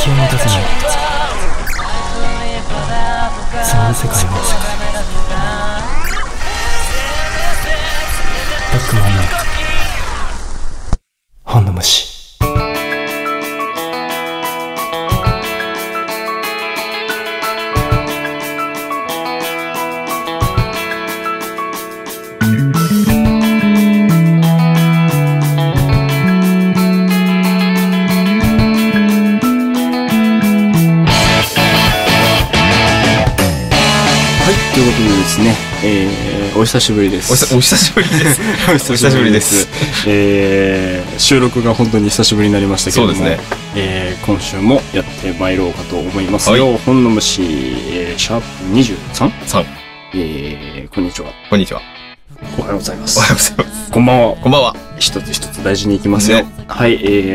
を持たずにその世界をバックマンの本の虫。 ということでですね、お久しぶりです。 お久しぶりです。 お久しぶりです。収録が本当に久しぶりになりましたけれども、 そうですね、今週もやってまいろうかと思いますよ。はい、本の虫、シャープ 23？ こんにちは。 こんにちは。 おはようございます。 おはようございます。 こんばんは。 こんばんは。 一つ一つ大事にいきますよ。ね、はい、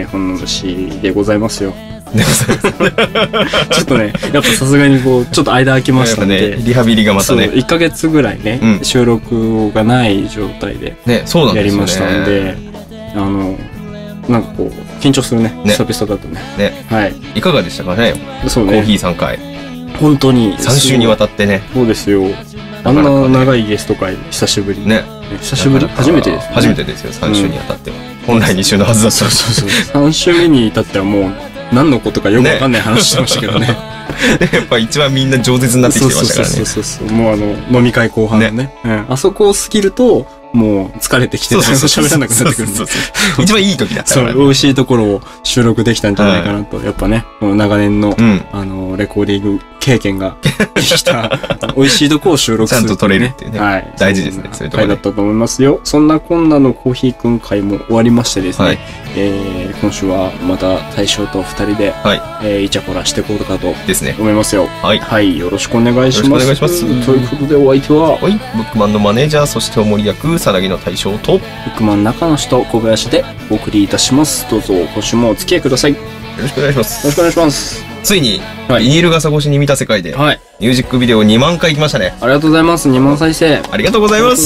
本の虫でございますよ。ちょっとね、やっぱさすがにこうちょっと間空きましたんで、 リハビリがまたね、 1ヶ月ぐらいね、収録がない状態でやりましたんで、なんかこう緊張するね、久々だとね。はい。 いかがでしたかね。 そうね。 コーヒー3回。 本当に 3週にわたってね。 そうですよ。あんな長いゲスト会久しぶりね。久しぶり。初めてですね。初めてですよ。3週にあたっては。本来2週のはずだった。 そう。3週目に至ってはもう何のことかよくわかんない話してましたけどね。 やっぱ一番みんな饒舌になってきてましたからね。 そう。もう飲み会後半のね。あそこを過ぎると、もう疲れてきて喋らなくなってくるんで。 一番いい時だったからね。 そう、美味しいところを収録できたんじゃないかなと。やっぱね、長年の、レコーディング経験ができた、美味しいところを収録する。 ちゃんと撮れるっていうね。はい。大事ですね。そういうところ。 だったと思いますよ。そんなこんなのコーヒーくん会も終わりましてですね。今週はまた大将と2人で、イチャコラしていこうかと思いますよ。はい。よろしくお願いします。 よろしくお願いします。 ということでお相手は、 ブックマンのマネージャー、そしてお守り役、さなぎの大将と、 ブックマン中の人、小林でお送りいたします。どうぞ今週もお付き合いください。よろしくお願いします。 よろしくお願いします。ついに、 ビニール傘越しに見た世界で、ミュージックビデオ2万回行きましたね。 ありがとうございます。2万再生。 ありがとうございます。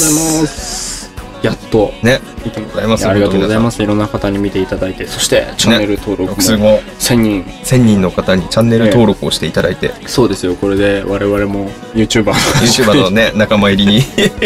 やっと。 ね。ありがとうございます。 ありがとうございます。いろんな方に見ていただいて、そしてチャンネル登録も1000 人の方にチャンネル登録をしていただいて。 そうですよ。これで我々も YouTuber のね、仲間入りに。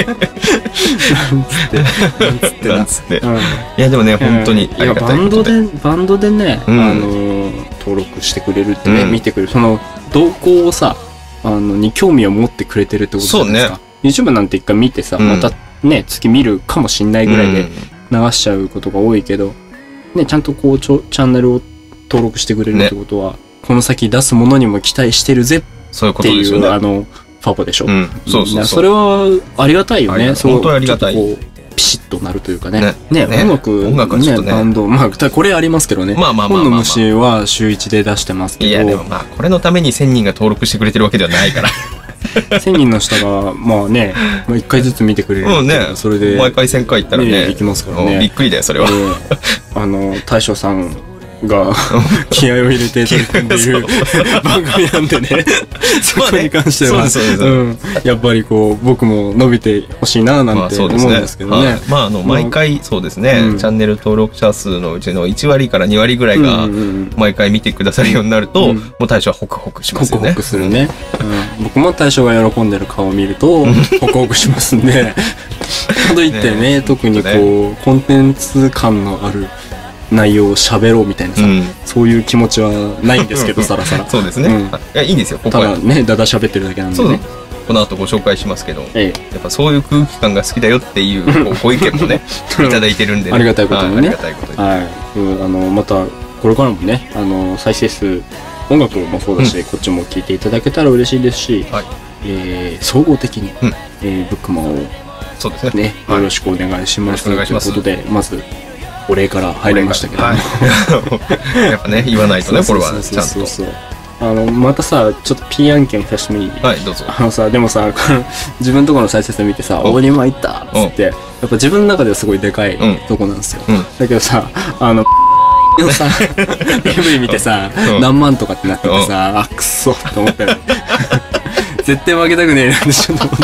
なんつって。いや、でもね、本当にありがたいことで。 バンドでね、登録してくれるってね、見てくれる。その動向をさ、に興味を持ってくれてるってことじゃないですか。YouTube なんて一回見てさ、またね、次見るかもしんないぐらいで流しちゃうことが多いけど、ね、ちゃんとこうチャンネルを登録してくれるってことは、この先出すものにも期待してるぜっていう、ファボでしょ。そう。それはありがたいよね。 本当にありがたい。 ピシッとなるというかね。音楽はちょっとね、バンド、まあ、これありますけどね。本の虫は週1で出してますけど。 いや、でもまあ、これのために1000人が登録してくれてるわけではないから。 1000人の人が、まあね、1回ずつ見てくれる。それで。 毎回1000回行ったらね。 行きますからね。 びっくりだよ、それは。 大将さんが気合を入れて取り組んでいる番組なんでね。そこに関しては、やっぱりこう、僕も伸びてほしいな、なんて思うんですけどね。 まあ、毎回そうですね、チャンネル登録者数のうちの1割から2割ぐらいが、毎回見てくださるようになると、もう大将はホクホクしますよね。 ホクホクするね。僕も大将が喜んでる顔を見ると、ホクホクしますんで、かといってね、特にこう、コンテンツ感のある内容を喋ろうみたいなさ、そういう気持ちはないんですけど、さらさら。 そうですね。いや、いいんですよ、ここは。 ただね、だだ喋ってるだけなんでね。 この後ご紹介しますけど、やっぱそういう空気感が好きだよっていうご意見もね、いただいてるんで。 ありがたいことにね。ありがたいことに。また、これからもね、再生数、音楽もそうだし、こっちも聴いていただけたら嬉しいですし、総合的に、ブックマンを、 そうですね。 よろしくお願いします。ということで、まず、お礼から入りましたけど、 やっぱね、言わないとね、これはちゃんと。 またさ、ちょっと P 案件増やしてもいい？ はい、どうぞ。 でもさ、自分のところの再生数見てさ、大庭行ったっつって、やっぱ自分の中ではすごいでかいとこなんですよ。だけどさ、のさ、PV 見てさ、何万とかってなっててさ、くっそって思ったよ。絶対負けたくねえなんでしょ、と思って。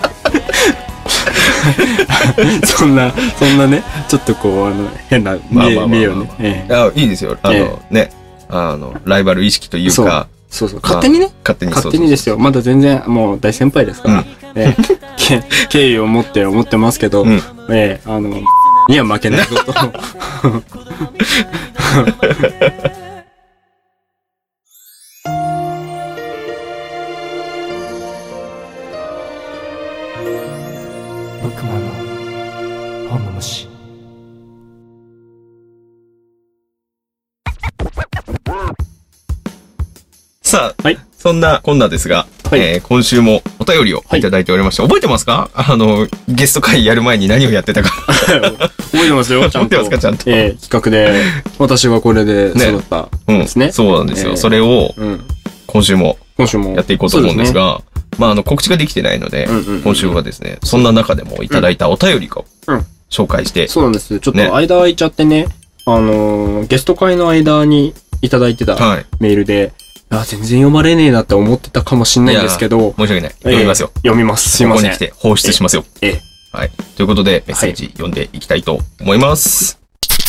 そんなね、ちょっとこう、変な見栄をね。 いいですよ。ね。 ライバル意識というか、 そう。勝手にね。勝手にですよ。まだ全然、もう大先輩ですから。敬意を持ってますけど、には負けないこと。 僕も本の虫。 さあ、そんなこんなですが、今週もお便りをいただいておりまして、覚えてますか？ゲスト会やる前に何をやってたか。 覚えてますよ、ちゃんと。 覚えてますか、ちゃんと。 企画で、私はこれで育ったんですね。 そうなんですよ。それを、今週もやっていこうと思うんですが、告知ができてないので、今週はですね、そんな中でもいただいたお便りを紹介して。 そうなんです。ちょっと間空いちゃってね、ゲスト会の間にいただいてたメールで、全然読まれねえなって思ってたかもしれないんですけど。 申し訳ない。読みますよ。 読みます。すいません。 ここに来て放出しますよ。はい。ということで、メッセージ読んでいきたいと思います。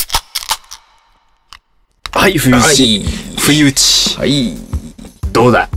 はい、不意打ち。不意打ち。 はい。 どうだ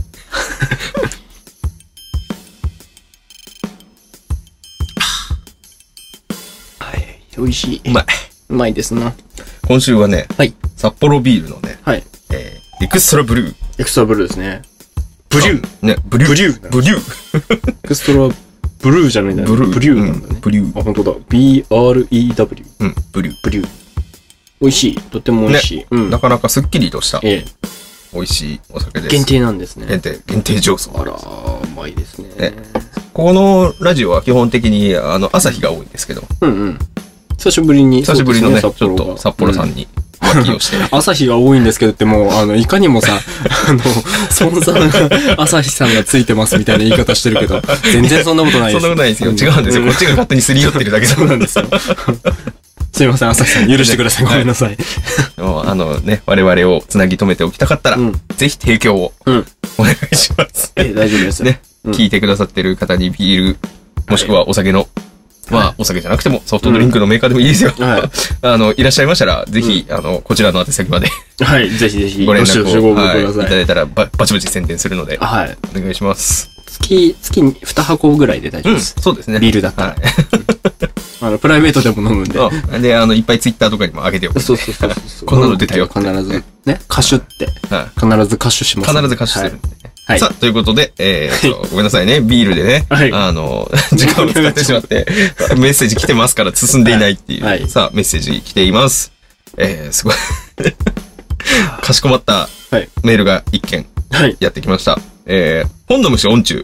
はい、美味しい。 うまい。 うまいですな。 今週はね、札幌ビールのね、エクストラブルー。 エクストラブルーですね。ブリュー。 ね、ブリュー。ブリュー。 エクストラブルーじゃないんだね。ブリューなんだね。 ブリュー。 あ、本当だ。B-R-E-W。 ブリュー。 ブリュー。美味しい。とても美味しい。 なかなかスッキリとした。美味しいお酒です。 限定なんですね。 限定醸造。 あら、うまいですね。 このラジオは基本的に、朝日が多いんですけど。 久しぶりに。 久しぶりのね、ちょっと札幌さんに。 朝日が多いんですけどってもう、いかにもさ、スポンサーが朝日さんがついてますみたいな言い方してるけど、全然そんなことないです。 そんなことないですよ。違うんですよ。こっちが勝手にすり寄ってるだけそうなんですよ。すいません、朝日さん、許してください。ごめんなさい。 我々をつなぎ止めておきたかったら、ぜひ提供をお願いします。 大丈夫ですね。聞いてくださってる方にビール、もしくはお酒の、お酒じゃなくてもソフトドリンクのメーカーでもいいですよ。いらっしゃいましたら、ぜひ、こちらの宛先まで。 はい、ぜひぜひ、 ご連絡をください。 いただいたら、バチバチ宣伝するので、お願いします。 月2箱ぐらいで大丈夫です。 そうですね。 ビールだったら。プライベートでも飲むんで。 で、いっぱいツイッターとかにも上げておく。 そう。 こんなの出てよ。 必ず、ね、歌手って。必ず歌手します。 必ず歌手するんで。さあ、ということで、ごめんなさいね。ビールでね、時間を使ってしまって、メッセージ来てますから進んでいないっていう。さあ、メッセージ来ています。すごい。かしこまったメールが一件やってきました。本の虫音中。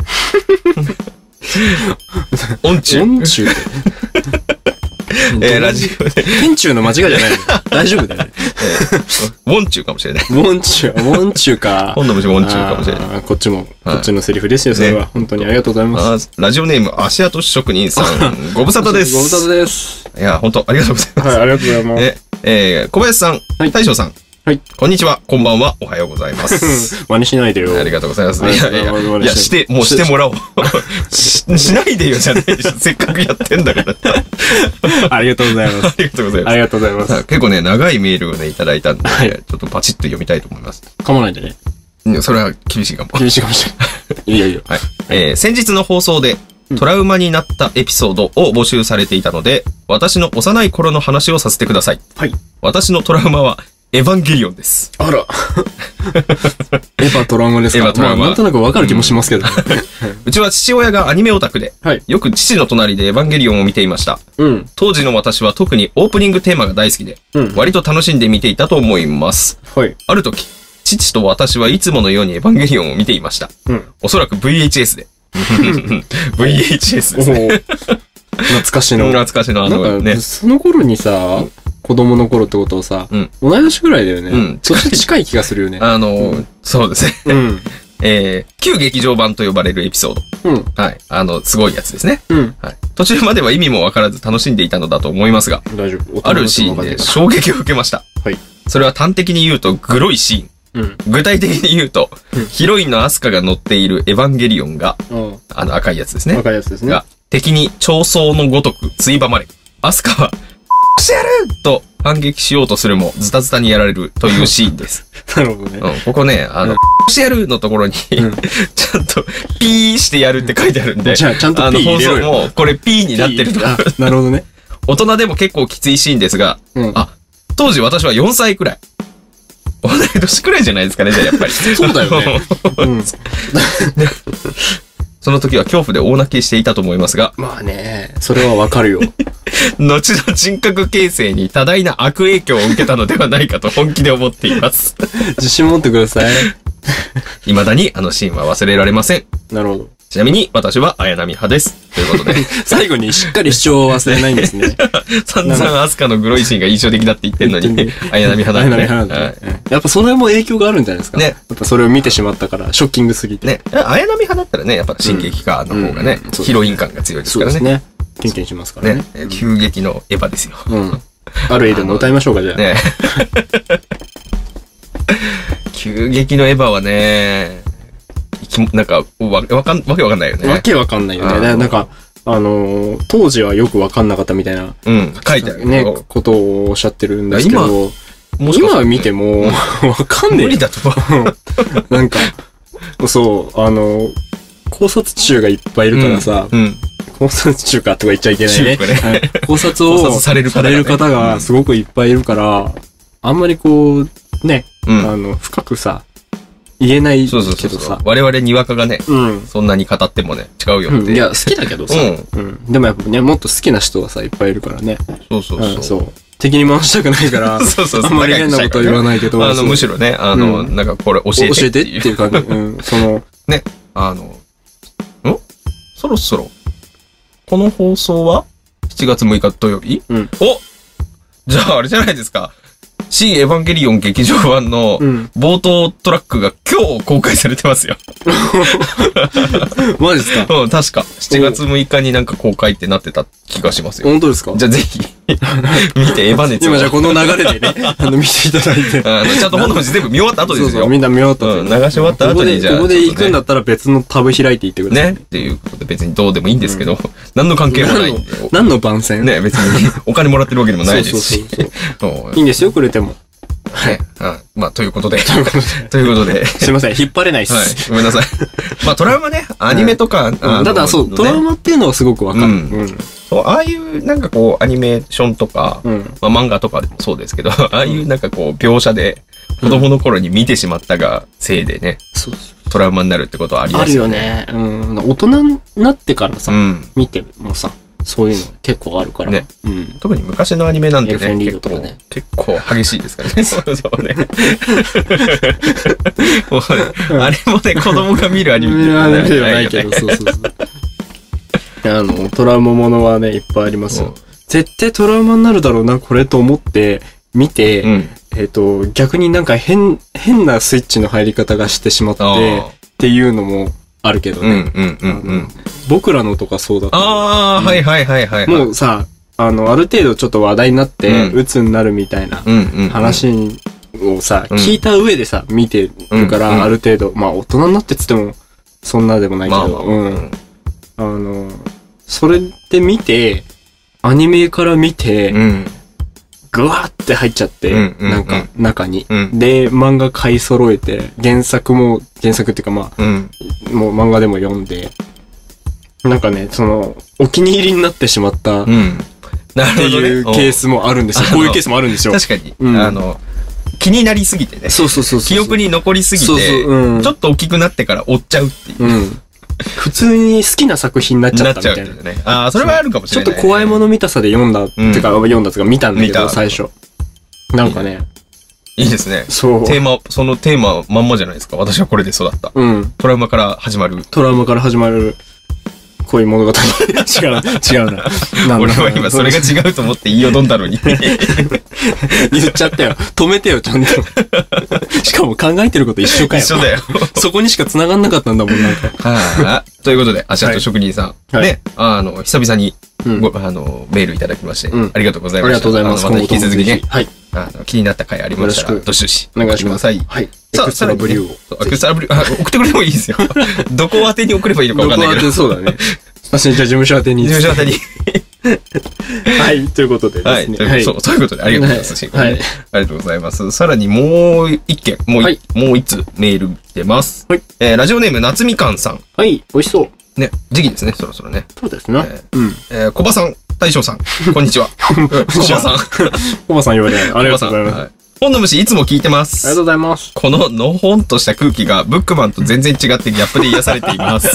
音中ラジオで。 天中の間違いじゃないの大丈夫だよね。 ウォンチューかもしれない。 ウォンチューか。 本の虫ウォンチューかもしれない。 こっちのセリフですよ、それは。本当にありがとうございます。 ラジオネーム、足跡職人さん、ご無沙汰です。 ご無沙汰です。 いや、本当ありがとうございます。 はい、ありがとうございます。 小林さん、大将さん。こんにちは、こんばんは、おはようございます。 真似しないでよ。 ありがとうございます。いや、してもらおう。しないでよ、じゃないでしょ。せっかくやってんだから。 ありがとうございます。 ありがとうございます。 ありがとうございます。 結構ね、長いメールをね、いただいたんで、ちょっとパチッと読みたいと思います。 噛まないでね。 それは厳しいかも。 厳しいかもしれない。いや。 はい。先日の放送で、トラウマになったエピソードを募集されていたので、私の幼い頃の話をさせてください。 はい。 私のトラウマは、エヴァンゲリオンです。 あら。エヴァトラウマですか？エヴァトラウマ。なんとなくわかる気もしますけど。 うちは父親がアニメオタクで、よく父の隣でエヴァンゲリオンを見ていました。当時の私は特にオープニングテーマが大好きで、割と楽しんで見ていたと思います。ある時、父と私はいつものようにエヴァンゲリオンを見ていました。おそらく VHS で。VHS ですね。 懐かしのね。 その頃にさ、子供の頃ってことはさ、同い年ぐらいだよね。そして近い気がするよね。 そうですね。旧劇場版と呼ばれるエピソード。はい。すごいやつですね。はい。途中までは意味もわからず楽しんでいたのだと思いますが、あるシーンで衝撃を受けました。はい。それは端的に言うとグロいシーン。具体的に言うと、ヒロインのアスカが乗っているエヴァンゲリオンが、赤いやつですね。 赤いやつですね。が、 敵に長僧のごとくついばまれ、アスカは、 してやると反撃しようとするも、ズタズタにやられるというシーンです。 なるほどね。 ここね、してやるのところに、ちゃんと、ピーしてやるって書いてあるんで。 じゃあ、ちゃんとピー入れろよ。 もう、これピーになってると。 なるほどね。 大人でも結構きついシーンですが、当時私は4歳くらい。同い年くらいじゃないですかね、じゃあやっぱり。 そうだよね。 その時は恐怖で大泣きしていたと思いますが。 まあね、それはわかるよ。 後の人格形成に多大な悪影響を受けたのではないかと本気で思っています。 自信持ってください。 未だにあのシーンは忘れられません。 なるほど。 ちなみに私は綾波派です。ということで。 最後にしっかり主張を忘れないんですね。 散々アスカのグロいシーンが印象的だって言ってんのに、綾波派なんでね。 やっぱそれも影響があるんじゃないですか。ね。やっぱそれを見てしまったから、ショッキングすぎて。 ね。綾波派だったらね、やっぱ新劇化の方がね、ヒロイン感が強いですからね。 そうですね。キンキンしますからね。 急激のエヴァですよ。 あるエイドの歌いましょうか、じゃあ。ね。 急激のエヴァはね、なんか、わけわかんないよね。 わけわかんないよね。なんか、当時はよくわかんなかったみたいな。 書いてあるね、ことをおっしゃってるんですけど、今見ても、わかんねえ。 無理だと思う。なんか、そう、考察中がいっぱいいるからさ、考察中かとか言っちゃいけないね。考察をされる方がすごくいっぱいいるから、あんまりこう、ね、深くさ、言えないけどさ。 我々にわかがね、そんなに語ってもね、違うよって。 いや、好きだけどさ。でもやっぱね、もっと好きな人がさ、いっぱいいるからね。 そう。 敵に回したくないから、あんまり変なこと言わないけど。 むしろね、なんかこれ教えてっていう感じ。 ね、そろそろ、この放送は7月6日土曜日お！じゃああれじゃないですか。新エヴァンゲリオン劇場版の冒頭トラックが今日公開されてますよ。 マジですか？ 確か。7月6日になんか公開ってなってた気がしますよ。 本当ですか？ じゃあぜひ、見てエヴァ熱を。 今じゃあこの流れでね、見ていただいて。 ちゃんと本能寺全部見終わった後ですよ。 そうみんな見終わった後。 流し終わった後にじゃあ。 ここで行くんだったら別のタブ開いていってください。 ね。っていうことで別にどうでもいいんですけど、何の関係もないんで。 何の番宣？ ね、別にお金もらってるわけでもないですし。 いいんですよ、くれても。 はい。まあ、ということで。ということで。 すいません、引っ張れないっす。 はい。ごめんなさい。まあ、トラウマね、アニメとか、 ただそう、トラウマっていうのはすごくわかる。 そう、ああいうなんかこう、アニメーションとか、まあ漫画とかでもそうですけど、ああいうなんかこう、描写で、子供の頃に見てしまったがせいでね、トラウマになるってことはありますよね。 あるよね。大人になってからさ、見てもさ、そういうの結構あるから。 ね。特に昔のアニメなんてね、結構激しいですからね。そうね。あれもね、子供が見るアニメではないけど、そう。トラウマものはね、いっぱいありますよ。絶対トラウマになるだろうな、これと思って見て、逆になんか変なスイッチの入り方がしてしまって、っていうのもあるけどね。僕らのとかそうだった。 はい。 もうさ、ある程度ちょっと話題になって、鬱になるみたいな話をさ、聞いた上でさ、見てるから、ある程度、まあ大人になってつっても、そんなでもないけど、それで見て、アニメから見て、ぐわーって入っちゃって、なんか中に。で、漫画買い揃えて、原作っていうかまあ、もう漫画でも読んで、なんかね、お気に入りになってしまったっていうケースもあるんですよ。こういうケースもあるんですよ。 確かに。気になりすぎてね。 そう。 記憶に残りすぎて、ちょっと大きくなってから追っちゃうっていう。 普通に好きな作品になっちゃったみたいな。 ね。それはあるかもしれない。 ちょっと怖いもの見たさで読んだっていうか、見たんだけど、最初。なんかね。 いいですね。 そう。 そのテーマまんまじゃないですか。私はこれで育った。トラウマから始まる。 こういう物語。違うな。 俺は今それが違うと思って言いよどんだのに。 言っちゃったよ。止めてよ、ちゃんと。しかも考えてること一緒かよ。 一緒だよ。 そこにしか繋がんなかったんだもん、なんか。 ということで、足跡職人さん。ね、久々にメールいただきまして、ありがとうございました。 ありがとうございます。 また引き続きね、 はい。 気になった回ありましたら、どしどしお願いします。 はい。 さあ、エクストラブリューを。 エクストラブリュー、送ってくれてもいいですよ。どこ宛てに送ればいいのかわかんないけど。 そうだね。私じゃあ事務所宛てに。 事務所宛てに。 はい、ということでですね。 はい。そういうことで、ありがとうございます。はい。ありがとうございます。さらにもう一件、もう一つメール来てます。はい。ラジオネーム、夏みかんさん。 はい、美味しそう。 ね、時期ですね、そろそろね。 そうですね。 小葉さん、大将さん、こんにちは。小葉さん。 小葉さん言われない。ありがとうございます。 本の虫いつも聞いてます。 ありがとうございます。 こののほんとした空気がブックマンと全然違ってギャップで癒されています。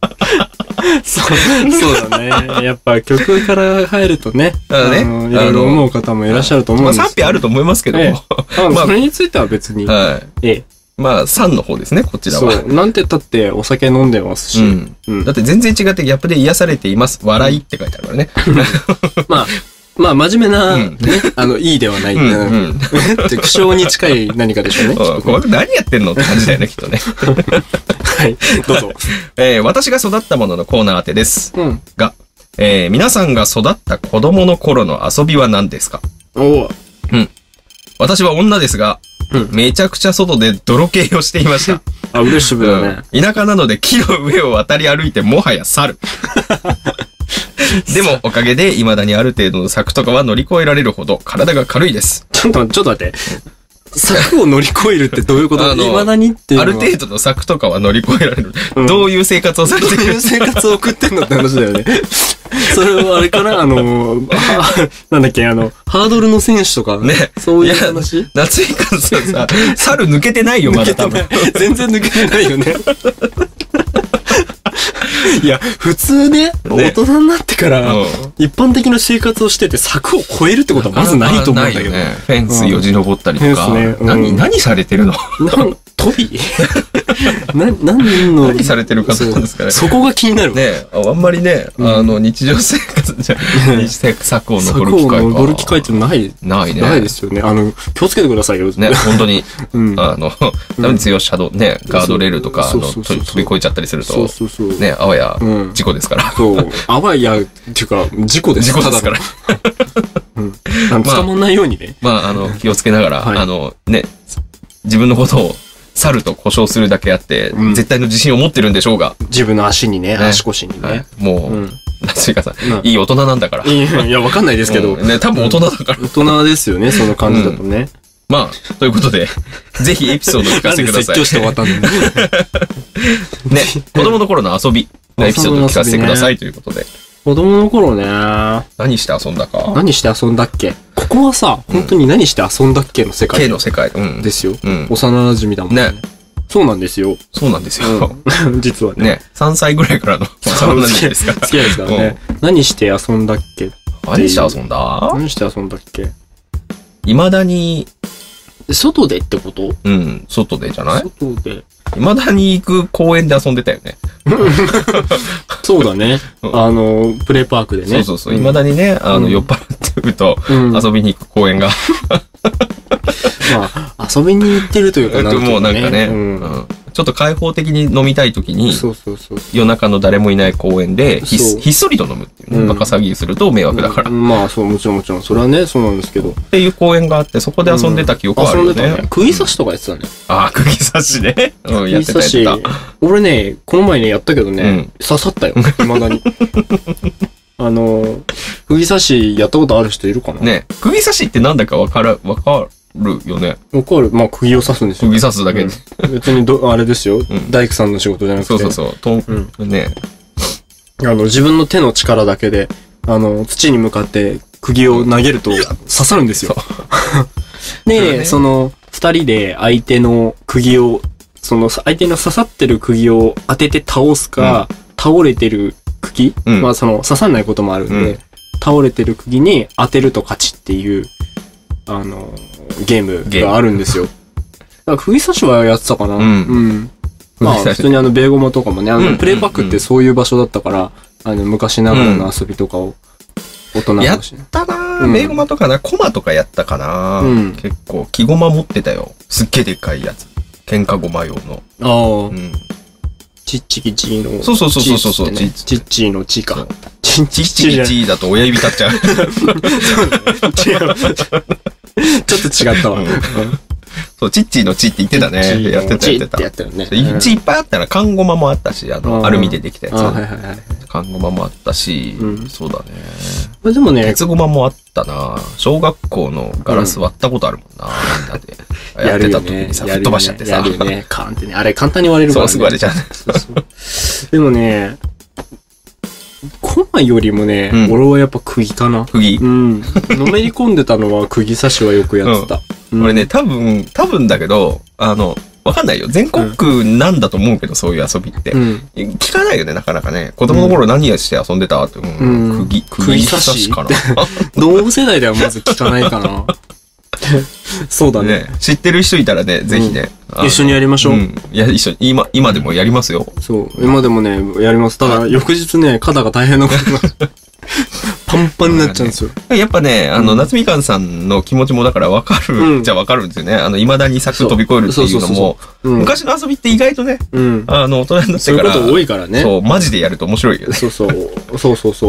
そうだね。やっぱ曲から入るとね、いろいろ思う方もいらっしゃると思うんですけど。 賛否あると思いますけども。 それについては別に。 まあ、3の方ですね、こちらは。 そう。なんて言ったってお酒飲んでますし。 だって全然違ってギャップで癒されています。笑いって書いてあるからね。 まあ、真面目な、ね、いいではない。って苦笑に近い何かでしょうね。 何やってんのって感じだよね、きっとね。 はい、どうぞ。 私が育ったもののコーナー宛てです。が、皆さんが育った子供の頃の遊びは何ですか？私は女ですが、めちゃくちゃ外で泥系をしていました。 アグレッシブだね。 田舎なので木の上を渡り歩いてもはや猿。でもおかげで未だにある程度の柵とかは乗り越えられるほど体が軽いです。 ちょっと待って。柵を乗り越えるってどういうこと未だにっていうある程度の柵とかは乗り越えられる。どういう生活をされてる？ どういう生活を送ってんのって話だよね。それはあれかななんだっけ、ハードルの選手とか。ね。そういう話？ 夏井かさ、猿抜けてないよ、まだ多分。 全然抜けてないよね。いや、普通ね、大人になってから、一般的な生活をしてて柵を越えるってことはまずないと思うんだけど。 フェンスよじ登ったりとか。何されてるの？ 飛び何されてる方なんですかね。 そこが気になる。 ね、あんまりね、日常生活じゃ、柵を登る機会が。登る機会ってない。 ないね。 ないですよね。気をつけてくださいよ。 ね、本当に。ダメですよ、車道、ね、ガードレールとか、飛び越えちゃったりすると、ね、あわや、事故ですから。 そう。あわや、っていうか、事故です。 事故ですから。 捕まんないようにね。 気をつけながら、ね、自分のことを、猿と故障するだけあって、絶対の自信を持ってるんでしょうが。 自分の足にね、足腰にね。 もう、夏井かさん、いい大人なんだから。 いや、わかんないですけど。 ね、多分大人だから。 大人ですよね、その感じだとね。 まあ、ということで、ぜひエピソードを聞かせてください。 説教して終わったんだよね。子供の頃の遊びのエピソードを聞かせてくださいということで。 子供の頃ね。 何して遊んだか。 何して遊んだっけ？ここはさ、本当に何して遊んだっけの世界。 の世界。 ですよ。幼馴染だもんね。そうなんですよ。 そうなんですよ。 実はね。 ね。3歳ぐらいからの幼馴染ですから。 好きですからね。何して遊んだっけ？ 何して遊んだ？ 何して遊んだっけ？ 未だに、 外でってこと？ 外でじゃない？ 外で。 未だに行く公園で遊んでたよね。 そうだね。プレイパークでね。 そう。未だにね、酔っ払ってると、遊びに行く公園が。 まあ、遊びに行ってるというかなんもうなんかね、ちょっと開放的に飲みたいときに、夜中の誰もいない公園で、ひっそりと飲むっていうね。バカ騒ぎすると迷惑だから。 まあ、そう、もちろん。それはね、そうなんですけど。 っていう公園があって、そこで遊んでた記憶はあるよね。 釘刺しとかやってたね。 ああ、釘刺しね。やってた。 俺ね、この前ね、やったけどね、刺さったよ。未だに。釘刺しやったことある人いるかな？ ね。釘刺しってなんだかわかるよね。 わかる。まあ、釘を刺すんですよ。 釘刺すだけで。 別にあれですよ。大工さんの仕事じゃなくて。 そう。ね。 自分の手の力だけで、土に向かって釘を投げると刺さるんですよ。で、二人で相手の釘を、相手の刺さってる釘を当てて倒すか、倒れてる釘、まあ刺さんないこともあるんで、倒れてる釘に当てると勝ちっていう、ゲームがあるんですよ。だから釘刺しはやってたかな。まあ普通にベーゴマとかもね、プレイパックってそういう場所だったから、昔ながらの遊びとかを大人やったなぁ。ベーゴマとかな、コマとかやったかなぁ。結構、木ゴマ持ってたよ。すっげえでっかいやつ。喧嘩ゴマ用の。 ちっちきちーの。 そう。ちっちーのちか。 ちっちきちだと親指立っちゃう。 違う。ちょっと違ったわ。 そう、チッチーのチって言ってたね。やってた。 やったよね。 いっぱいあったら、缶ゴマもあったし、アルミでできたやつ。 看護マもあったし、そうだね。 でもね、 鉄ゴマもあったな。小学校のガラス割ったことあるもんな、みんなで。やってた時にさ、吹っ飛ばしちゃってさ。 やるよね、カーンってね。あれ簡単に割れるからね。 そう、すぐ割れちゃう。 でもね、コマよりもね、俺はやっぱ釘かな。 釘のめり込んでたのは釘刺しはよくやってた。 俺ね、多分だけど、わかんないよ。全国区なんだと思うけど、そういう遊びって。聞かないよね、なかなかね。子供の頃何して遊んでたって。釘刺しかな。 同世代ではまず聞かないかな。そうだね。 知ってる人いたらね、ぜひね。 一緒にやりましょう。 一緒に、今でもやりますよ。 そう。今でもね、やります。ただ、翌日ね、肩が大変なことが。パンパンになっちゃうんですよ。 やっぱね、夏みかんさんの気持ちもだから分かるじゃ分かるんですよね。未だに柵飛び越えるっていうのも、昔の遊びって意外とね、大人になってから。 そういうこと多いからね。 そう、マジでやると面白いよね。 そう。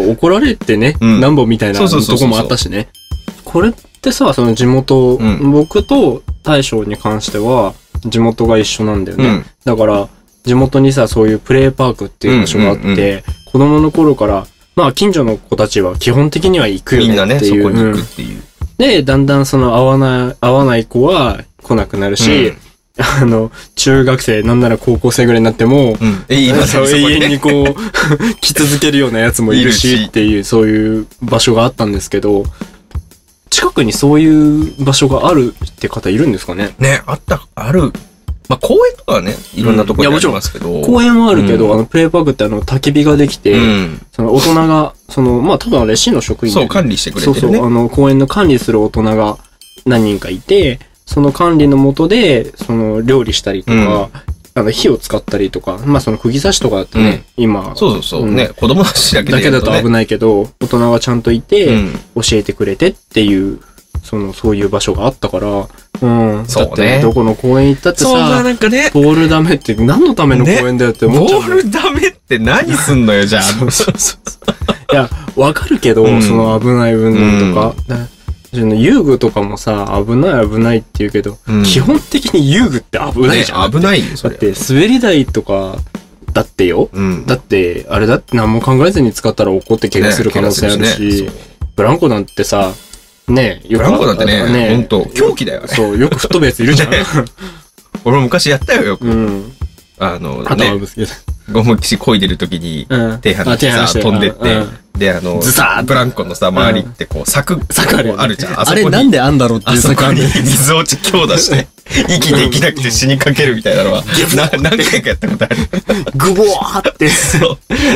怒られてね、なんぼみたいなとこもあったしね。これってさ、その地元、僕と大将に関しては、地元が一緒なんだよね。だから、地元にさ、そういうプレイパークっていう場所があって、子供の頃から、まあ、近所の子たちは基本的には行くよねっていう。 みんなね、そこに行くっていう。 で、だんだんその合わない子は来なくなるし、中学生、なんなら高校生ぐらいになっても、永遠にこう、来続けるようなやつもいるしっていう、そういう場所があったんですけど、近くにそういう場所があるって方いるんですかね？ ね、ある。まあ、公園とかはね、いろんなところにありますけど。 公園はあるけど、プレイパークって焚き火ができて、その大人が、まあ、多分あれ市の職員そう、管理してくれてるね。 そう、公園の管理する大人が何人かいて、その管理の下で、料理したりとか、火を使ったりとか、まあ、釘刺しとかだってね、今。 そう、ね、子供たちだけだと危ないけど、大人がちゃんといて、教えてくれてっていう、そういう場所があったから、そうね。どこの公園行ったってさ、 なんかね、 ボールダメって何のための公園だよって思っちゃう。 ボールダメって何すんのよ、じゃあ。 いや、わかるけど、その危ない運動とか。遊具とかもさ、危ないって言うけど、基本的に遊具って危ないじゃん。 危ないよ、それ。 だって、滑り台とか、だってよ。だって、あれだって何も考えずに使ったら怒って怪我する可能性あるし、ブランコなんてさ、ねブランコなんてね、ほんと、狂気だよね。 そう、よく吹っ飛ぶやついるじゃん。 俺も昔やったよ、よく。ゴム騎漕いでる時に、手離してさ、飛んでって、で、ブランコのさ、周りってこう、柵あるじゃん。 あれなんであんだろうっていう柵に水落ち強打して、息できなくて死にかけるみたいなのは、何回かやったことある。 グボーって。そう。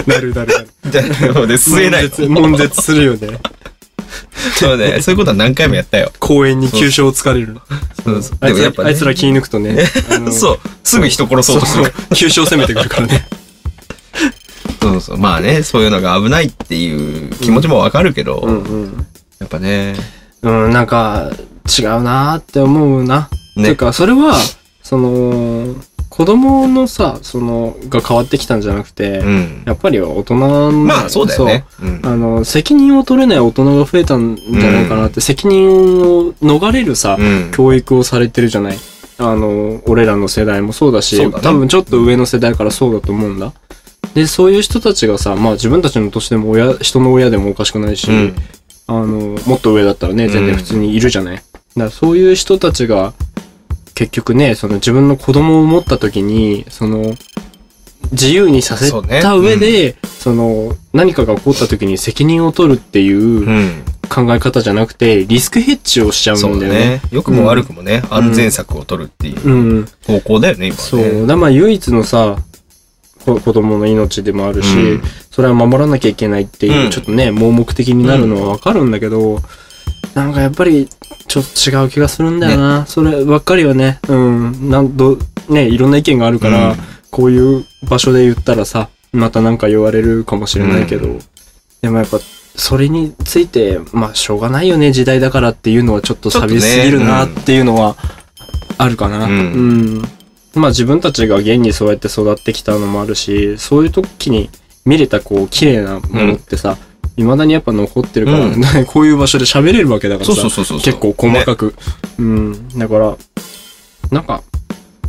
なる。 じゃあ、吸えない。 悶絶するよね。 そうね、そういうことは何回もやったよ。 公園に急所をつかれる。でもやっぱあいつら気抜くとね。 そう、すぐ人殺そうとする。 急所を攻めてくるからね。 そう。まあね、そういうのが危ないっていう気持ちもわかるけど、やっぱね。 なんか、違うなーって思うな。ていうか、それは、子供のさ、が変わってきたんじゃなくて、やっぱり大人の、 まあそうだよね。 責任を取れない大人が増えたんじゃないかなって、責任を逃れるさ、教育をされてるじゃない。俺らの世代もそうだし、多分ちょっと上の世代からそうだと思うんだ。で、そういう人たちがさ、まあ自分たちの年でも人の親でもおかしくないし、もっと上だったらね、全然普通にいるじゃない。だからそういう人たちが、結局ね、自分の子供を持った時に、自由にさせた上で、何かが起こった時に責任を取るっていう考え方じゃなくて、リスクヘッジをしちゃうんだよね。 良くも悪くもね、安全策を取るっていう方向だよね、今ね。 そう。まあ唯一のさ、子供の命でもあるし、それは守らなきゃいけないっていう、ちょっとね、盲目的になるのはわかるんだけど、なんかやっぱり、ちょっと違う気がするんだよな。そればっかりはね、いろんな意見があるから、こういう場所で言ったらさ、またなんか言われるかもしれないけど、でもやっぱ、それについて、まあ、しょうがないよね、時代だからっていうのはちょっと寂しすぎるなっていうのは、あるかな。まあ自分たちが現にそうやって育ってきたのもあるし、そういう時に見れたこう、綺麗なものってさ、未だにやっぱ残ってるから、こういう場所で喋れるわけだからさ、結構細かく。だから、なんか、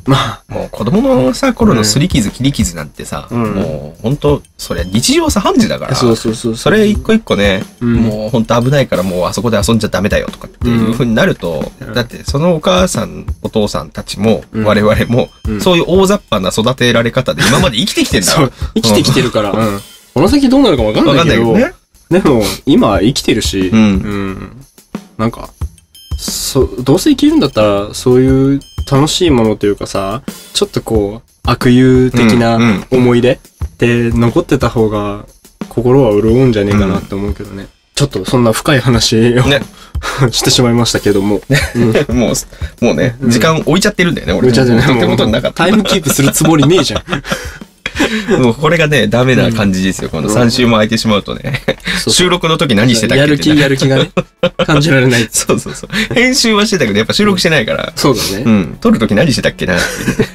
もう子供のさ、頃の擦り傷、切り傷なんてさ、もう本当それ日常茶飯事だから。それ一個一個ね、もう本当危ないからもうあそこで遊んじゃダメだよとかっていう風になると、だってそのお母さん、お父さんたちも、我々も、そういう大雑把な育てられ方で今まで生きてきてんだ。 生きてきてるから。この先どうなるかわかんないけど、でも今生きてるし、なんか、どうせ生きるんだったら、そういう楽しいものというかさ、ちょっとこう、悪友的な思い出って残ってた方が、心は潤うんじゃねえかなって思うけどね。ちょっとそんな深い話を、してしまいましたけども。 もうね、時間置いちゃってるんだよね、俺。 置いちゃってる。ってことなかった。 タイムキープするつもりねえじゃん。 もうこれがね、ダメな感じですよ。この3週も空いてしまうとね。収録の時何してたっけやる気がね、感じられない。 そう。編集はしてたけど、やっぱ収録してないから。 そうだね。 撮る時何してたっけなって。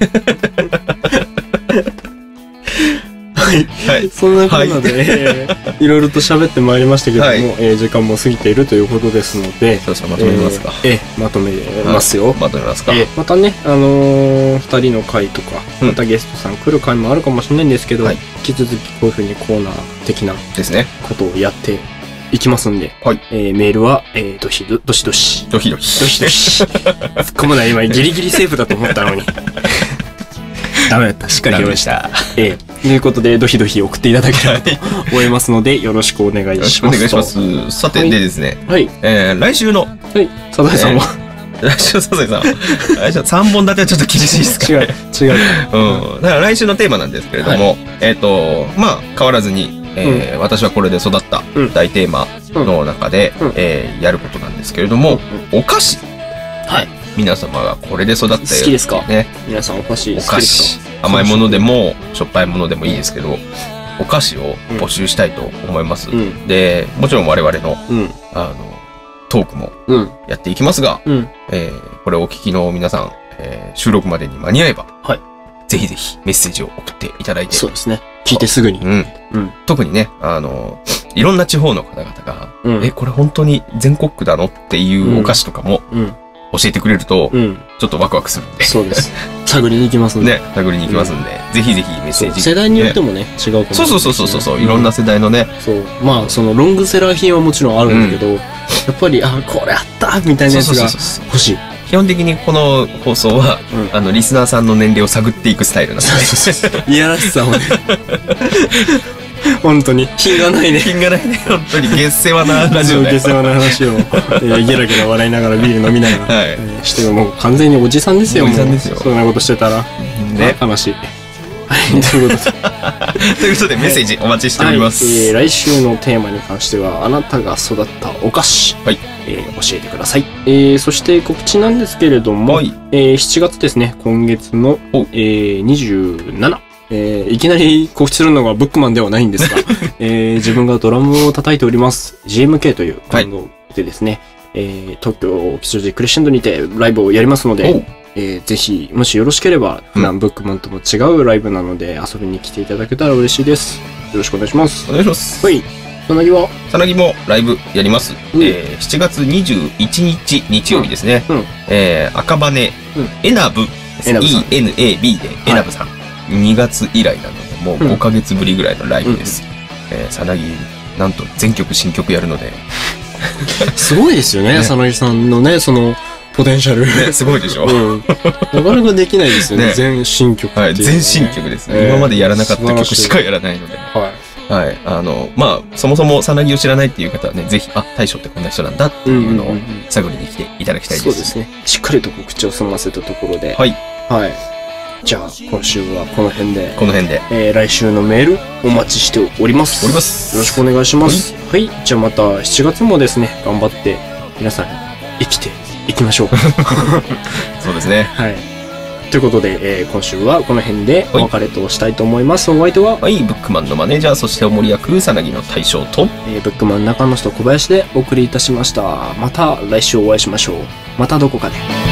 はい。そんなことで、いろいろと喋ってまいりましたけども、時間も過ぎているということですので、 そうまとめますか。 まとめますよ。 まとめますか。 またね、二人の回とか、またゲストさん来る回もあるかもしれないんですけど、引き続きこういうふうにコーナー的なことをやっていきますんで、メールは、どしどし。 どひどひ。 突っ込むな、今ギリギリセーフだと思ったのに。ダメだった。しっかり決めました。ということで、どひどひ送っていただければと思いますので、よろしくお願いします。 お願いします。さて、でですね。来週の。 サザエさんは来週、サザエさん。来週3本立てはちょっと厳しいですか？ 違う。 だから来週のテーマなんですけれども、まあ、変わらずに、私はこれで育った大テーマの中で、やることなんですけれども、お菓子。皆様がこれで育ったよ。 好きですか？皆さんお菓子好きですか？ 甘いものでもしょっぱいものでもいいですけど、お菓子を募集したいと思います。で、もちろん我々のトークもやっていきますが、これをお聞きの皆さん、収録までに間に合えば、ぜひぜひメッセージを送っていただいて、 そうですね。聞いてすぐに。 特にね、いろんな地方の方々が、これ本当に全国区だのっていうお菓子とかも、教えてくれると、ちょっとワクワクするんで。 そうです。探りに行きますんで。 探りに行きますんで、ぜひぜひメッセージ。 世代によってもね、違うかもしれない。 そう。いろんな世代のね。 そう。まあ、そのロングセラー品はもちろんあるんだけど、やっぱり、これあったみたいなやつが欲しい。 基本的にこの放送は、リスナーさんの年齢を探っていくスタイルなんで。 いやらしさをね。本当に品がないね。 本当に下世話なラジオで。 下世話な話をゲラゲラ笑いながらビール飲みながらしてもう完全におじさんですよ。 おじさんですよ。 そんなことしてたらね、悲しい。ということでメッセージお待ちしております。 来週のテーマに関してはあなたが育ったお菓子、教えてください。そして告知なんですけれども、7月ですね、今月の27。いきなり告知するのがブックマンではないんですが、自分がドラムを叩いております GMK というバンドでですね、東京吉祥寺クレッシェンドにてライブをやりますので、ぜひもしよろしければ普段ブックマンとも違うライブなので遊びに来ていただけたら嬉しいです。よろしくお願いします。 お願いします。 はい。さなぎは？ さなぎもライブやります。7月21日日曜日ですね。赤羽エナブ ENAB でエナブさん。2月以来なので、もう5ヶ月ぶりぐらいのライブです。さなぎ、なんと全曲新曲やるので。 すごいですよね、さなぎさんのね、その、ポテンシャル。 すごいでしょ。 なかなかできないですよね、全新曲って。 全新曲ですね。今までやらなかった曲しかやらないので。まあ、そもそもさなぎを知らないっていう方はね、ぜひ、大将ってこんな人なんだっていうのを探りに来ていただきたいです。 そうですね。しっかりと告知を済ませたところで。じゃあ、今週はこの辺で。来週のメールお待ちしております。よろしくお願いします。はい。じゃあまた7月もですね、頑張って皆さん生きていきましょう。 そうですね。 ということで、今週はこの辺でお別れとしたいと思います。お相手は、 ブックマンのマネージャー、そしてお守り役、さなぎの大将と、 ブックマン中野と小林でお送りいたしました。また来週お会いしましょう。またどこかで。